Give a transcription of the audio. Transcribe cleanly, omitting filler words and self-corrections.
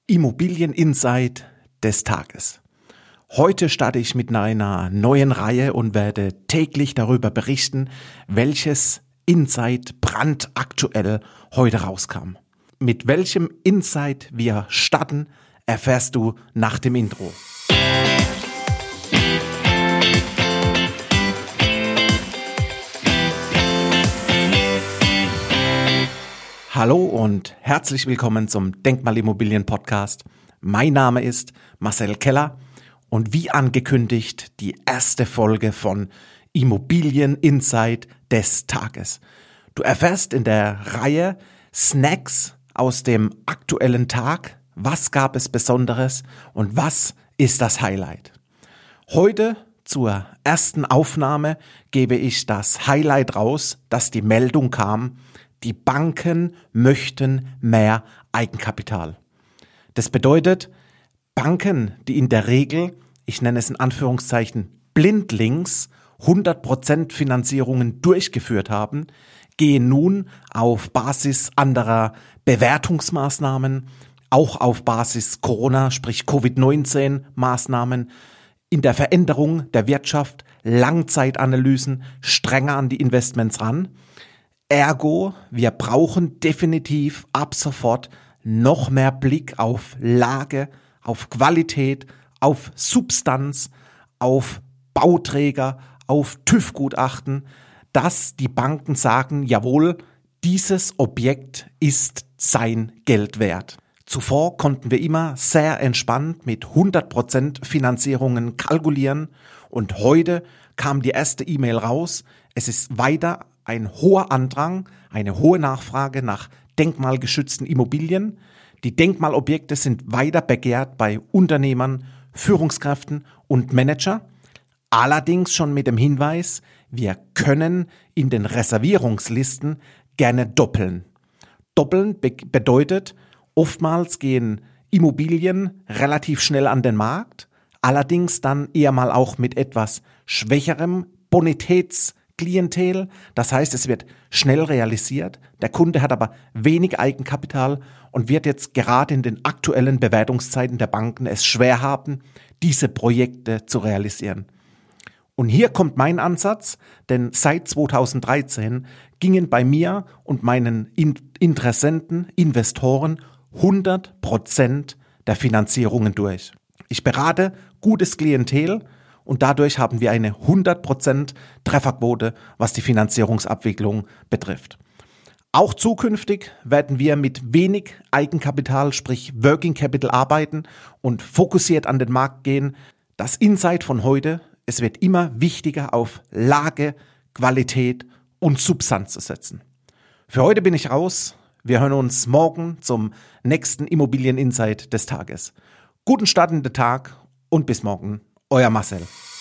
Immobilien-Insight des Tages. Heute starte ich mit einer neuen Reihe und werde täglich darüber berichten, welches Insight brandaktuell heute rauskam. Mit welchem Insight wir starten, erfährst du nach dem Intro. Hallo und herzlich willkommen zum Denkmalimmobilien-Podcast. Mein Name ist Marcel Keller und wie angekündigt die erste Folge von Immobilien-Insight des Tages. Du erfährst in der Reihe Snacks aus dem aktuellen Tag, was gab es Besonderes und was ist das Highlight. Heute zur ersten Aufnahme gebe ich das Highlight raus, dass die Meldung kam, die Banken möchten mehr Eigenkapital. Das bedeutet, Banken, die in der Regel, ich nenne es in Anführungszeichen, blindlings 100% Finanzierungen durchgeführt haben, gehen nun auf Basis anderer Bewertungsmaßnahmen, auch auf Basis Corona, sprich Covid-19-Maßnahmen, in der Veränderung der Wirtschaft, Langzeitanalysen strenger an die Investments ran. Ergo, wir brauchen definitiv ab sofort noch mehr Blick auf Lage, auf Qualität, auf Substanz, auf Bauträger, auf TÜV-Gutachten, dass die Banken sagen, jawohl, dieses Objekt ist sein Geld wert. Zuvor konnten wir immer sehr entspannt mit 100% Finanzierungen kalkulieren und heute kam die erste E-Mail raus, es ist weiter ein hoher Andrang, eine hohe Nachfrage nach denkmalgeschützten Immobilien. Die Denkmalobjekte sind weiter begehrt bei Unternehmern, Führungskräften und Manager. Allerdings schon mit dem Hinweis, wir können in den Reservierungslisten gerne doppeln. Doppeln bedeutet, oftmals gehen Immobilien relativ schnell an den Markt, allerdings dann eher mal auch mit etwas schwächerem Bonitätsklientel, das heißt, es wird schnell realisiert, der Kunde hat aber wenig Eigenkapital und wird jetzt gerade in den aktuellen Bewertungszeiten der Banken es schwer haben, diese Projekte zu realisieren. Und hier kommt mein Ansatz, denn seit 2013 gingen bei mir und meinen Interessenten, Investoren 100% der Finanzierungen durch. Ich berate gutes Klientel und dadurch haben wir eine 100% Trefferquote, was die Finanzierungsabwicklung betrifft. Auch zukünftig werden wir mit wenig Eigenkapital, sprich Working Capital arbeiten und fokussiert an den Markt gehen. Das Insight von heute, es wird immer wichtiger auf Lage, Qualität und Substanz zu setzen. Für heute bin ich raus. Wir hören uns morgen zum nächsten Immobilien-Insight des Tages. Guten Start in den Tag und bis morgen. Euer Marcel.